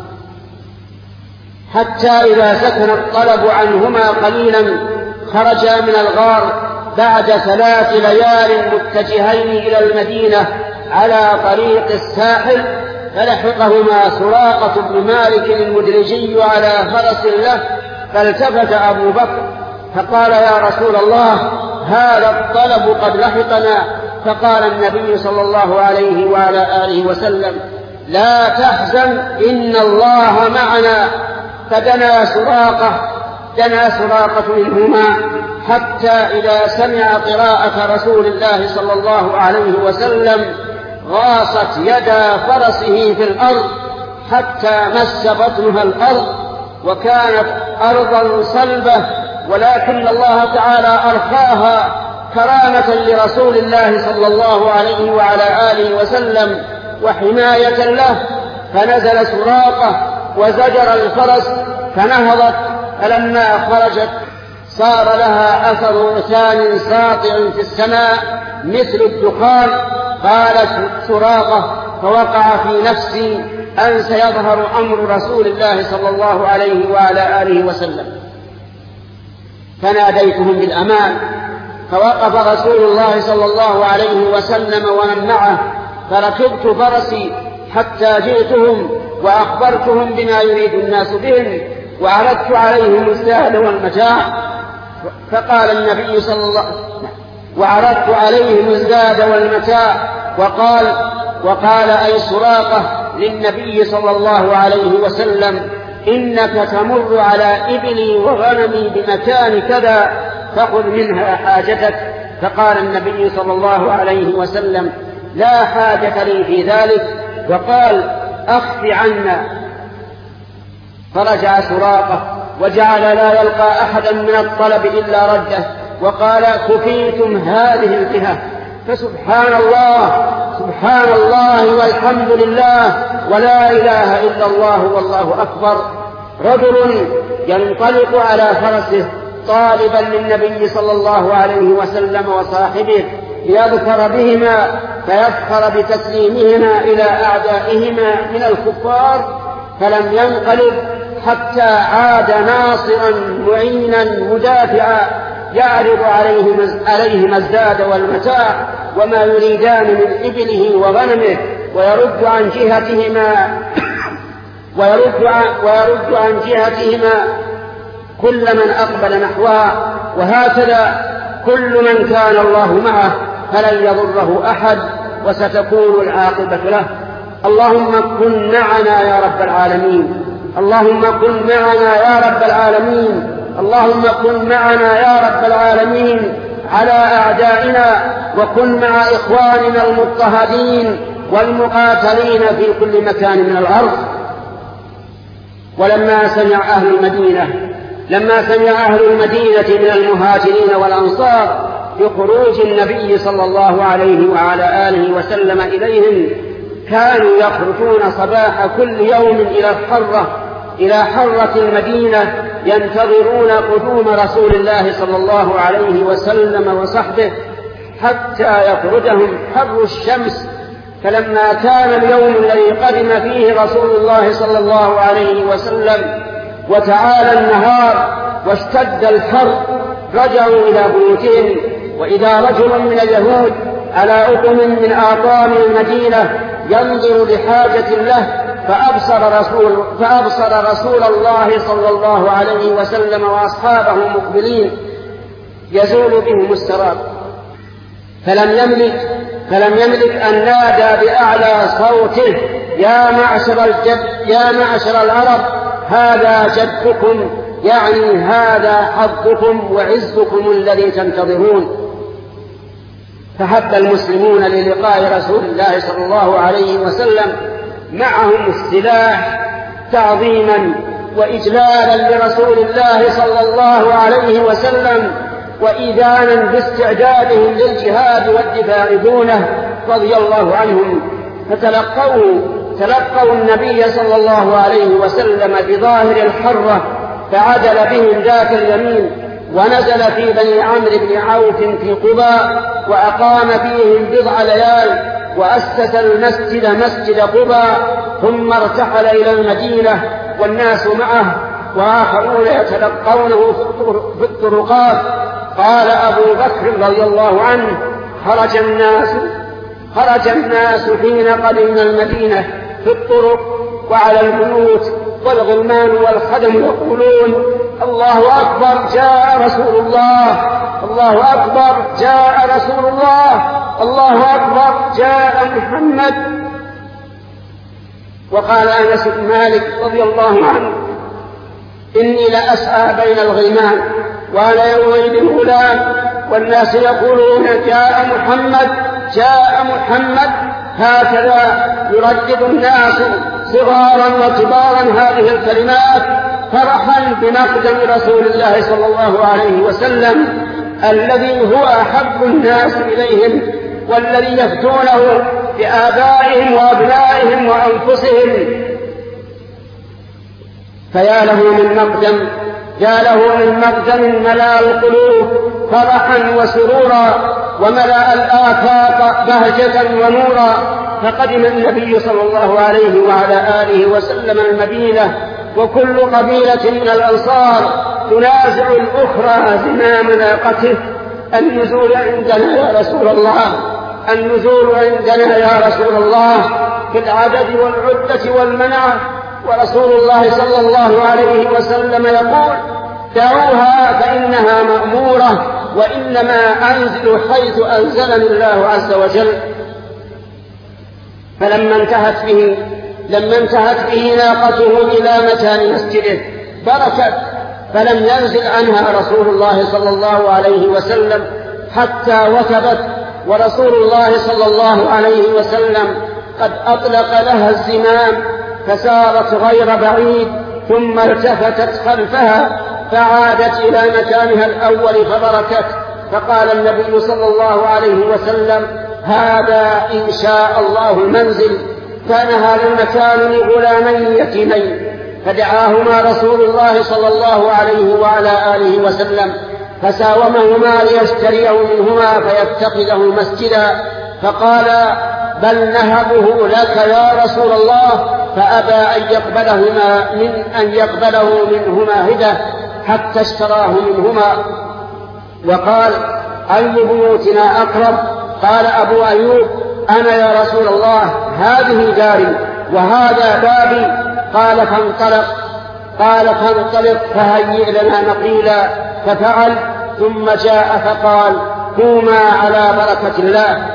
حتى إذا سكن الطلب عنهما قليلا خرجا من الغار بعد ثلاث ليال متجهين إلى المدينة على طريق الساحل، فلحقهما سراقة بن مالك المدرجي على فرس له، فالتفت أبو بكر فقال: يا رسول الله هذا الطلب قد لحقنا. فقال النبي صلى الله عليه وعلى آله وسلم: لا تحزن إن الله معنا. فدنا سراقة دنا سراقة منهما حتى إذا سمع قراءة رسول الله صلى الله عليه وسلم غاصت يدا فرسه في الأرض حتى مس بطنها الأرض، وكانت أرضا صلبة ولكن الله تعالى أرخاها كرامة لرسول الله صلى الله عليه وعلى آله وسلم وحماية له، فنزل سراقة وزجر الفرس فنهضت، فلما خرجت صار لها أثر رسام ساطع في السماء مثل الدخان. قالت سراقة فوقع في نفسي أن سيظهر أمر رسول الله صلى الله عليه وعلى آله وسلم، فناديتهم بالأمان، فوقف رسول الله صلى الله عليه وسلم ومن معه، فركبت فرسي حتى جئتهم وأخبرتهم بما يريد الناس بهم، وعرضت عليهم الزاد والمتاع، فقال النبي صلى الله وعرضت عليهم الزاد والمتاع وقال وقال أي سراقة للنبي صلى الله عليه وسلم: إنك تمر على إبلي وغنمي بمكان كذا فخذ منها حاجتك. فقال النبي صلى الله عليه وسلم: لا حاجة لي في ذلك، وقال: أخف عنا. فرجع سراقة وجعل لا يلقى أحدا من الطلب إلا رده، وقال: كفيتم هذه الجهة. فسبحان الله سبحان الله والحمد لله ولا إله إلا الله والله أكبر. رجل ينطلق على فرسه طالبا للنبي صلى الله عليه وسلم وصاحبه ليظفر بهما، فيفخر بتسليمهما إلى أعدائهما من الكفار، فلم ينقلب حتى عاد ناصرا معينا مدافعا يعرض عليهما الزاد والمتاع وما يريدان من إبله وغنمه، ويرد عن جهتهما ويرد عن, ويرد عن جهتهما كل من أقبل نحوها. وهكذا كل من كان الله معه فلن يضره أحد، وستكون العاقبة له. اللهم كن معنا يا رب العالمين، اللهم كن معنا يا رب العالمين، اللهم كن معنا يا رب العالمين على أعدائنا، وكن مع إخواننا المضطهدين والمقاتلين في كل مكان من الأرض. ولما سمع أهل المدينة لما سمع أهل المدينة من المهاجرين والأنصار بخروج النبي صلى الله عليه وعلى آله وسلم إليهم، كانوا يخرجون صباح كل يوم إلى الحرة إلى حرة المدينة ينتظرون قدوم رسول الله صلى الله عليه وسلم وصحبه حتى يخرجهم حر الشمس. فلما كان اليوم الذي قدم فيه رسول الله صلى الله عليه وسلم وتعالى النهار واشتد الحر، رجعوا إلى بيوتهم، وإذا رجل من اليهود على أقم من آطام المدينة ينظر لحاجة له، فأبصر رسول, فأبصر رسول الله صلى الله عليه وسلم وأصحابه مقبلين يزول بهم السراب، فلم يملك فلم يملك أن نادى بأعلى صوته: يا معشر الجد يا معشر العرب، هذا جدكم، يعني هذا حظكم وعزكم الذي تنتظرون. فحب المسلمون للقاء رسول الله صلى الله عليه وسلم معهم السلاح تعظيما وإجلالا لرسول الله صلى الله عليه وسلم، وإذانا باستعدادهم للجهاد والدفاع دونه رضي الله عنهم. فتلقوا تلقوا النبي صلى الله عليه وسلم بظاهر الحرة، فعدل بهم ذات اليمين ونزل في بني عمرو بن عوف في قباء، وأقام فيهم بضع ليال، وأسس المسجد مسجد قباء، ثم ارتحل إلى المدينة والناس معه وآخرون يتلقونه في الطرقات. قال أبو بكر رضي الله عنه: خرج الناس خرج الناس حين قدمنا المدينة في الطرق وعلى البيوت، والغلمان والخدم يقولون: الله أكبر جاء رسول الله، الله أكبر جاء رسول الله، الله أكبر جاء محمد. وقال أنس بن مالك رضي الله عنه: إني لأسعى بين الغلمان وأنا يومئذ غلام، والناس يقولون: جاء محمد جاء محمد. هكذا يردد الناس صغارا وكبارا هذه الكلمات فرحا بمقدم رسول الله صلى الله عليه وسلم الذي هو أحب الناس إليهم والذي يفتونه بآبائهم وأبنائهم وأنفسهم. فيا له من مقدم، يا له من مقدم ملأ القلوب فرحا وسرورا وملأ الآفاق بهجة ونورا. فقدم النبي صلى الله عليه وعلى آله وسلم المدينة وكل قبيلة من الأنصار تنازع الأخرى زمام ناقته: النزول عندنا يا رسول الله، النزول عندنا يا رسول الله، في العدد والعدة والمنعة. ورسول الله صلى الله عليه وسلم يقول: دعوها فإنها مأمورة، وإنما أنزل حيث أنزلني الله عز وجل. فلما انتهت به لما انتهت به ناقته إلى مكان مسجده بركت، فلم ينزل عنها رسول الله صلى الله عليه وسلم حتى وثبت، ورسول الله صلى الله عليه وسلم قد أطلق لها الزمام فسارت غير بعيد، ثم التفتت خلفها فعادت إلى مكانها الأول فبركت. فقال النبي صلى الله عليه وسلم: هذا إن شاء الله المنزل. كان هذا المكان لغلامين يتيمين، فدعاهما رسول الله صلى الله عليه وعلى آله وسلم فساومهما ليشتريه منهما فيتخذه مسجدا، فقال: بل نهبه لك يا رسول الله، فأبى أن يقبلهما من أن يقبله منهما هدى حتى اشتراه منهما. وقال: أي بيوتنا أقرب؟ قال أبو أيوب: أنا يا رسول الله، هذه داري وهذا بابي. قال: فانطلق قال فانطلق فهيئ لنا نقيلا. ففعل، ثم جاء فقال: قوما على بركة الله.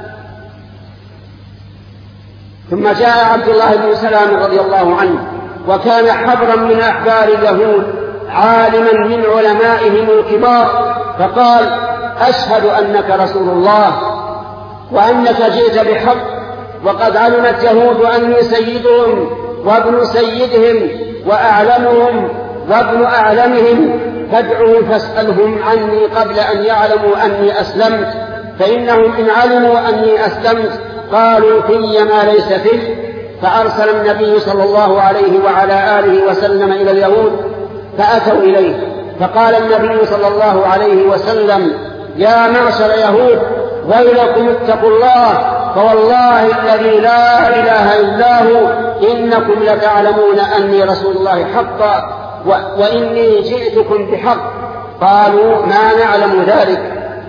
ثم جاء عبد الله بن سلام رضي الله عنه، وكان حبرا من أحبار اليهود، عالما من علمائهم الكبار، فقال: أشهد أنك رسول الله وأنك جئت بحق، وقد علمت يهود أني سيدهم وابن سيدهم وأعلمهم وابن أعلمهم، فادعوا فاسألهم عني قبل أن يعلموا أني أسلمت، فإنهم إن علموا أني أسلمت قالوا في ما ليس فيه. فأرسل النبي صلى الله عليه وعلى آله وسلم إلى اليهود فأتوا إليه، فقال النبي صلى الله عليه وسلم: يا معشر يهود، ويلكم اتقوا الله، فوالله الذي لا إله إلا هو إنكم لتعلمون أني رسول الله حقا، وإني جئتكم بحق. قالوا: ما نعلم ذلك.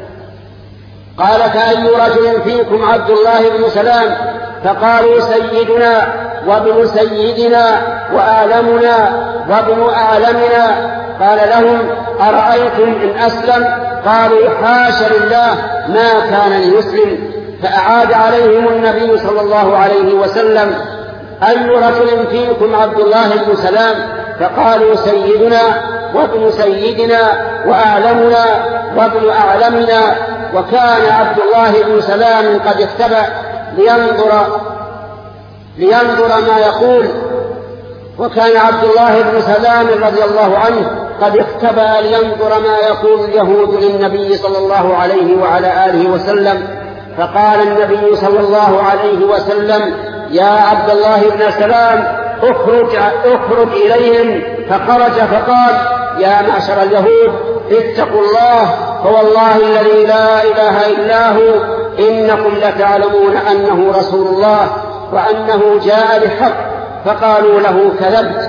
قال: فأي رجل فيكم عبد الله بن سلام؟ فقالوا: سيدنا وابن سيدنا وأعلمنا وابن أعلمنا. قال لهم: أرأيتم إن أسلم؟ قالوا: حاش لله، ما كان ليسلم. فأعاد عليهم النبي صلى الله عليه وسلم: أي رجل فيكم عبد الله بن سلام؟ فقالوا: سيدنا وابن سيدنا وأعلمنا وابن أعلمنا. وكان عبد الله بن سلام قد اختبأ لينظر لينظر ما يقول وكان عبد الله بن سلام رضي الله عنه قد اختبأ لينظر ما يقول اليهود للنبي صلى الله عليه وعلى آله وسلم. فقال النبي صلى الله عليه وسلم: يا عبد الله بن سلام، اخرج, اخرج إليهم. فخرج فقال: يا معشر اليهود، اتقوا الله، فوالله الذي لا إله إلا هو إنكم لتعلمون أنه رسول الله وأنه جاء بحق. فقالوا له: كذبت.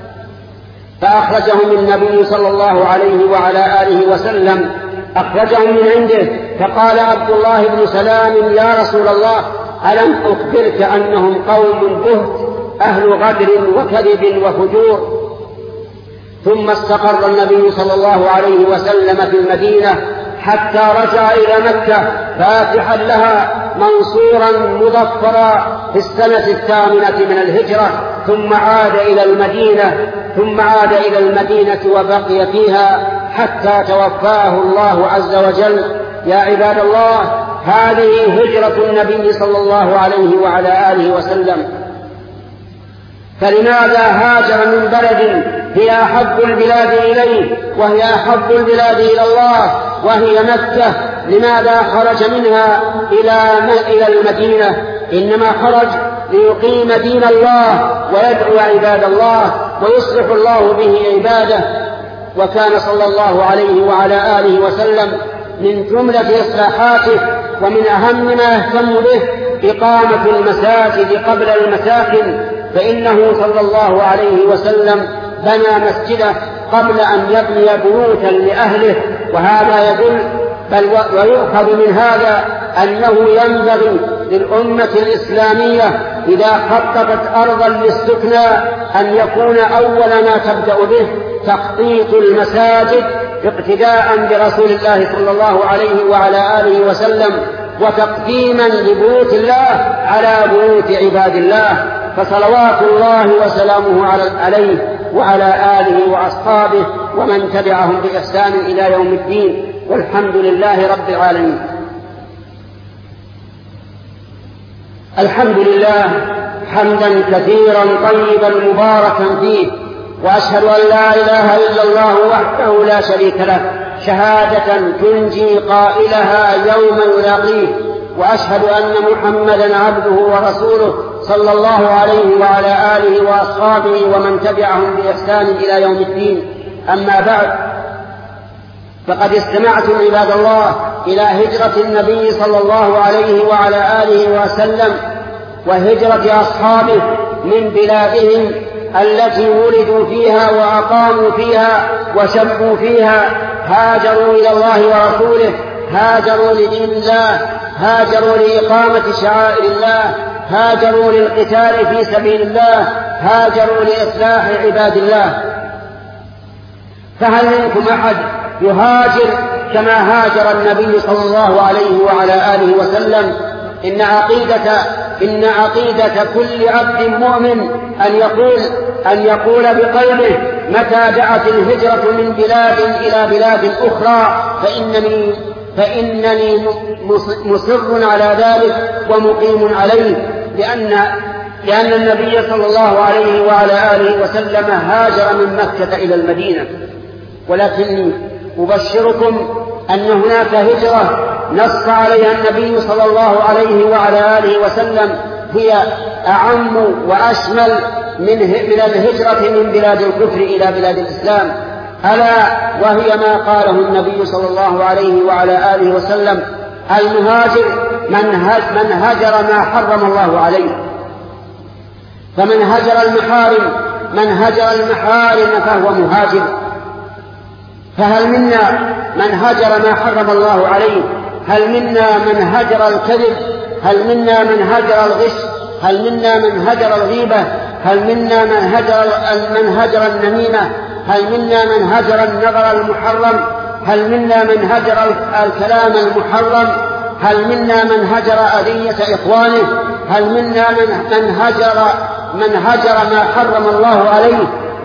فأخرجهم النبي صلى الله عليه وعلى آله وسلم أخرجهم من عنده. فقال عبد الله بن سلام: يا رسول الله، ألم أخبرك أنهم قوم بهت أهل غدر وكذب وفجور؟ ثم استقر النبي صلى الله عليه وسلم في المدينة حتى رجع إلى مكة فاتحا لها منصورا مظفرا في السنة الثامنة من الهجرة، ثم عاد إلى المدينة ثم عاد إلى المدينة وبقي فيها حتى توفاه الله عز وجل. يا عباد الله، هذه هجرة النبي صلى الله عليه وعلى آله وسلم. فلماذا هاجر من بلد هي أحب البلاد إليه وهي أحب البلاد إلى الله وهي مكة؟ لماذا خرج منها إلى المدينة؟ إنما خرج ليقيم دين الله ويدعو عباد الله ويصلح الله به عباده. وكان صلى الله عليه وعلى آله وسلم من جملة إصلاحاته ومن أهم ما يهتم به إقامة المساجد قبل المساكن، فإنه صلى الله عليه وسلم بنى مسجده قبل أن يبني بيوتا لأهله. وهذا يدل بل ويؤخذ من هذا أنه ينبغي للأمة الإسلامية إذا خططت أرضا للسكنى أن يكون أول ما تبدأ به تخطيط المساجد اقتداء برسول الله صلى الله عليه وعلى آله وسلم وتقديما لبيوت الله على بيوت عباد الله. فصلوات الله وسلامه عليه وعلى آله وأصحابه ومن تبعهم بإحسان إلى يوم الدين، والحمد لله رب العالمين. الحمد لله حمدا كثيرا طيبا مباركا فيه، وأشهد أن لا إله إلا الله وحده لا شريك له شهادة تنجي قائلها يوم يلاقيه، وأشهد أن محمدا عبده ورسوله صلى الله عليه وعلى آله وأصحابه ومن تبعهم بإحسان إلى يوم الدين. أما بعد، فقد استمعتم عباد الله إلى هجرة النبي صلى الله عليه وعلى آله وسلم وهجرة أصحابه من بلادهم التي ولدوا فيها وأقاموا فيها وشبوا فيها، هاجروا إلى الله ورسوله، هاجروا لدين الله، هاجروا لإقامة شعائر الله، هاجروا للقتال في سبيل الله، هاجروا لإصلاح عباد الله. فهل منكم أحد يهاجر كما هاجر النبي صلى الله عليه وعلى آله وسلم؟ إن عقيدة إن عقيدة كل عبد مؤمن أن يقول أن يقول بقلبه متى دعت الهجرة من بلاد إلى بلاد أخرى فإنني فإنني مصر على ذلك ومقيم عليه، لأن لأن النبي صلى الله عليه وعلى آله وسلم هاجر من مكة إلى المدينة. ولكني أبشركم أن هناك هجرة نص عليها النبي صلى الله عليه وعلى آله وسلم هي أعم وأشمل من من الهجرة من بلاد الكفر إلى بلاد الإسلام، ألا وهي ما قاله النبي صلى الله عليه وعلى آله وسلم: المهاجر من هجر ما حرم الله عليه. فمن هجر المحارم من هجر المحارم فهو مهاجر. فهل منا من هجر ما حرم الله عليه؟ هل منا من هجر الكذب؟ هل منا من هجر الغش؟ هل منا من هجر الغيبة؟ هل منا من هجر من هجر النميمة؟ هل منا من هجر النظر المحرم؟ هل منا من هجر الكلام المحرم؟ هل منا من هجر أذية إخوانه؟ هل منا من هجر من هجر ما حرم الله عليه؟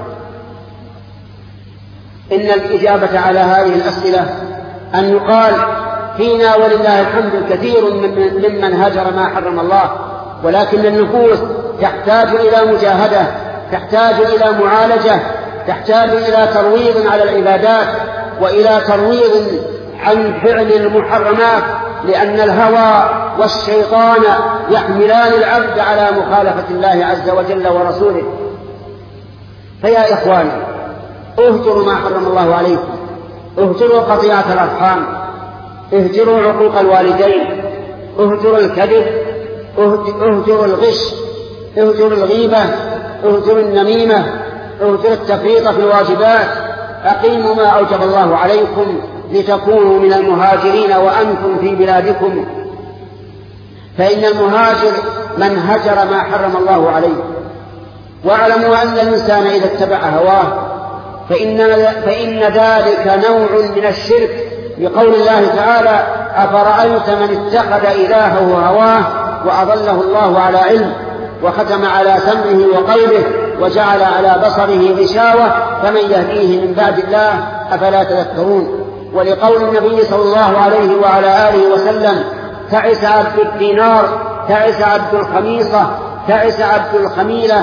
إن الإجابة على هذه الأسئلة أن يقال فينا ولله الحمد كثير ممن هجر ما حرم الله، ولكن النفوس تحتاج إلى مجاهدة، تحتاج إلى معالجة، تحتاج إلى ترويض على العبادات وإلى ترويض عن فعل المحرمات، لأن الهوى والشيطان يحملان العبد على مخالفة الله عز وجل ورسوله. فيا إخواني، اهجروا ما حرم الله عليكم، اهجروا قطيعة الأرحام، اهجروا عقوق الوالدين، اهجروا الكذب، اهجروا الغش، اهجروا الغيبة، اهجروا النميمة، اهجروا التفريط في الواجبات، أقيموا ما أوجب الله عليكم لتكونوا من المهاجرين وأنتم في بلادكم. فإن المهاجر من هجر ما حرم الله عليه. واعلموا أن الإنسان إذا اتبع هواه فإن, فإن ذلك نوع من الشرك، لقول الله تعالى: أفرأيت من اتخذ إلهه هواه وأضله الله على علم وختم على سمعه وقلبه وجعل على بصره غشاوة فمن يهديه من بعد الله أفلا تذكرون. ولقول النبي صلى الله عليه وعلى آله وسلم: تعس عبد الدينار، تعس عبد الخميصة، تعس عبد الخميلة،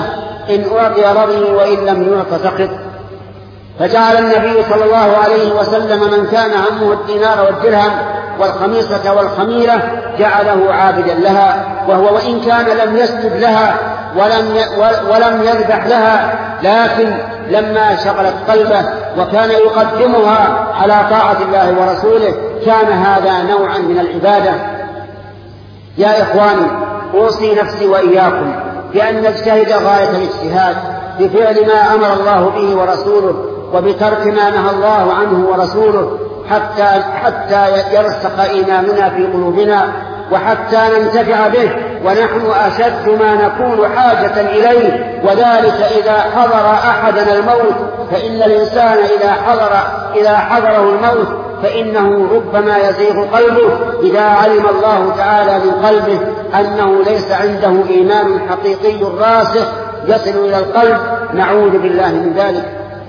إن أعطي رضي وإن لم يعط سخط. فجعل النبي صلى الله عليه وسلم من كان همه الدينار والدرهم والخميصة والخميلة جعله عابدا لها، وهو وإن كان لم يسجد لها ولم ولم يذبح لها، لكن لما شغلت قلبه وكان يقدمها على طاعة الله ورسوله كان هذا نوعا من العبادة. يا إخواني، أوصي نفسي وإياكم بأن نجتهد غاية الاجتهاد بفعل ما أمر الله به ورسوله وبترك ما نهى الله عنه ورسوله حتى حتى يرسخ إيماننا في قلوبنا وحتى ننتفع به ونحن أشد ما نكون حاجة إليه، وذلك إذا حضر أحدنا الموت، فإن الإنسان إذا حضر إذا حضره الموت فإنه ربما يزيغ قلبه إذا علم الله تعالى من قلبه أنه ليس عنده إيمان حقيقي راسخ يصل إلى القلب. نعوذ بالله من ذلك.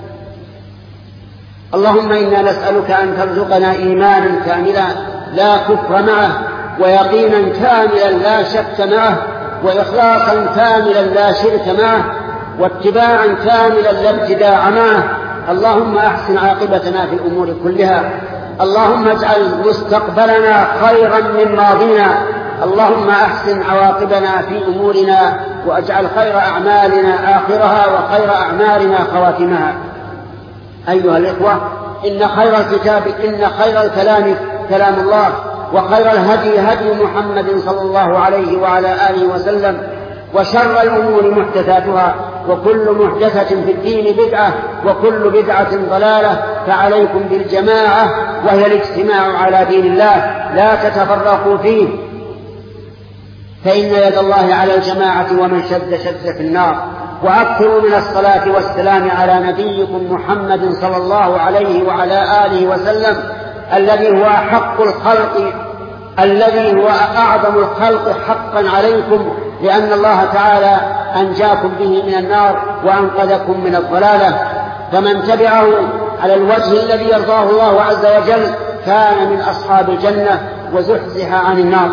اللهم إنا نسألك أن ترزقنا إيمانا كاملا لا كفر معه، ويقينا كاملا لا شك معه، وإخلاصا كاملا لا شرك معه، واتباعا كاملا لا ابتداع معه. اللهم أحسن عاقبتنا في الأمور كلها. اللهم اجعل مستقبلنا خيرا من ماضينا. اللهم أحسن عواقبنا في أمورنا، واجعل خير أعمالنا آخرها وخير أعمالنا خواتمها. أيها الإخوة، إن خير الكتاب إن خير الكلام كلام الله، وخير الهدي هدي محمد صلى الله عليه وعلى آله وسلم، وشر الأمور محدثاتها، وكل محدثة في الدين بدعة، وكل بدعة ضلالة. فعليكم بالجماعة، وهي الاجتماع على دين الله، لا تتفرقوا فيه، فإن يد الله على الجماعة ومن شد شد في النار. وأكثروا من الصلاة والسلام على نبيكم محمد صلى الله عليه وعلى آله وسلم، الذي هو حق الخلق الذي هو أعظم الخلق حقا عليكم، لأن الله تعالى أنجاكم به من النار وأنقذكم من الضلالة. فمن تبعه على الوجه الذي يرضاه الله عز وجل كان من أصحاب الجنة وزحزح عن النار.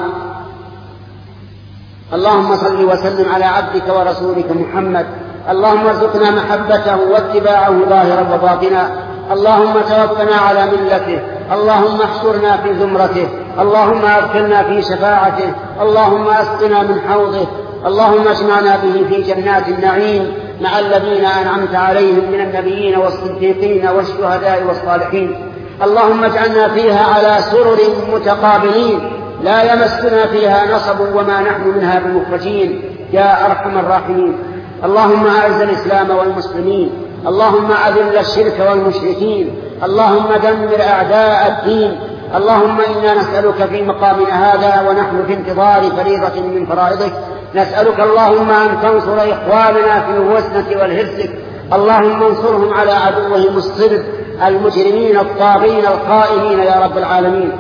اللهم صل وسلم على عبدك ورسولك محمد. اللهم ارزقنا محبته واتباعه ظاهرا وباطنا. اللهم توفنا على ملته. اللهم احشرنا في زمرته. اللهم ادخلنا في شفاعته. اللهم اسقنا من حوضه. اللهم اجمعنا به في جنات النعيم مع الذين أنعمت عليهم من النبيين والصديقين والشهداء والصالحين. اللهم اجعلنا فيها على سرر متقابلين لا يمسنا فيها نصب وما نحن منها بمخرجين يا أرحم الراحمين. اللهم أعز الإسلام والمسلمين. اللهم أذل الشرك والمشركين. اللهم دمر أعداء الدين. اللهم إنا نسألك في مقامنا هذا ونحن في انتظار فريضة من فرائضك، نسألك اللهم أن تنصر إخواننا في الوسنة والهرسك. اللهم انصرهم على عدوهم الصلب المجرمين الطاغين الخائنين يا رب العالمين.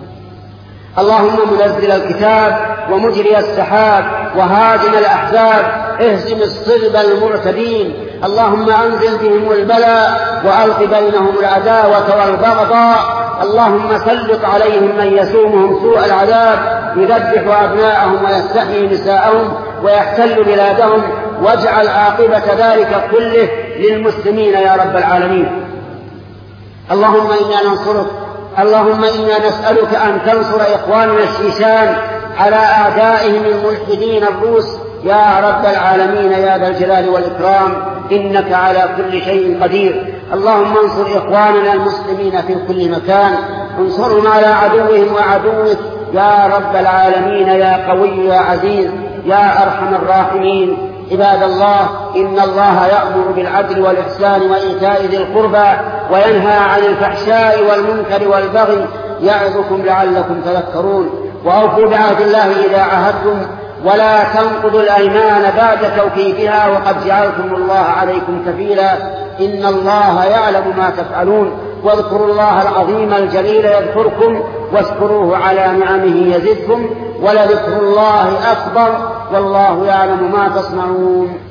اللهم منزل الكتاب ومجري السحاب وهادم الأحزاب، اهزم الصلب المعتدين. اللهم أنزل بهم البلاء وألق بينهم العداوة والبغضاء. اللهم سلط عليهم من يسومهم سوء العذاب، يذبح أبناءهم ويستحيي نساءهم ويحتل بلادهم، واجعل عاقبة ذلك كله للمسلمين يا رب العالمين. اللهم إنا ننصرك اللهم إنا نسألك أن تنصر إخواننا الشيشان على أعدائهم الملحدين الروس يا رب العالمين يا ذا الجلال والإكرام، إنك على كل شيء قدير. اللهم انصر إخواننا المسلمين في كل مكان، انصرهم على عدوهم وعدوك يا رب العالمين يا قوي يا عزيز يا أرحم الراحمين. عباد الله، إن الله يأمر بالعدل والإحسان وإيتاء ذي القربى وينهى عن الفحشاء والمنكر والبغي يعظكم لعلكم تذكرون. وأوفوا بعهد الله إذا عاهدتم، ولا تنقضوا الأيمان بعد توكيدها وقد جعلتم الله عليكم كفيلا، إن الله يعلم ما تفعلون. واذكروا الله العظيم الجليل يذكركم، واشكروه على نعمه يزدكم، ولذكر الله أكبر، والله يعلم ما تصنعون.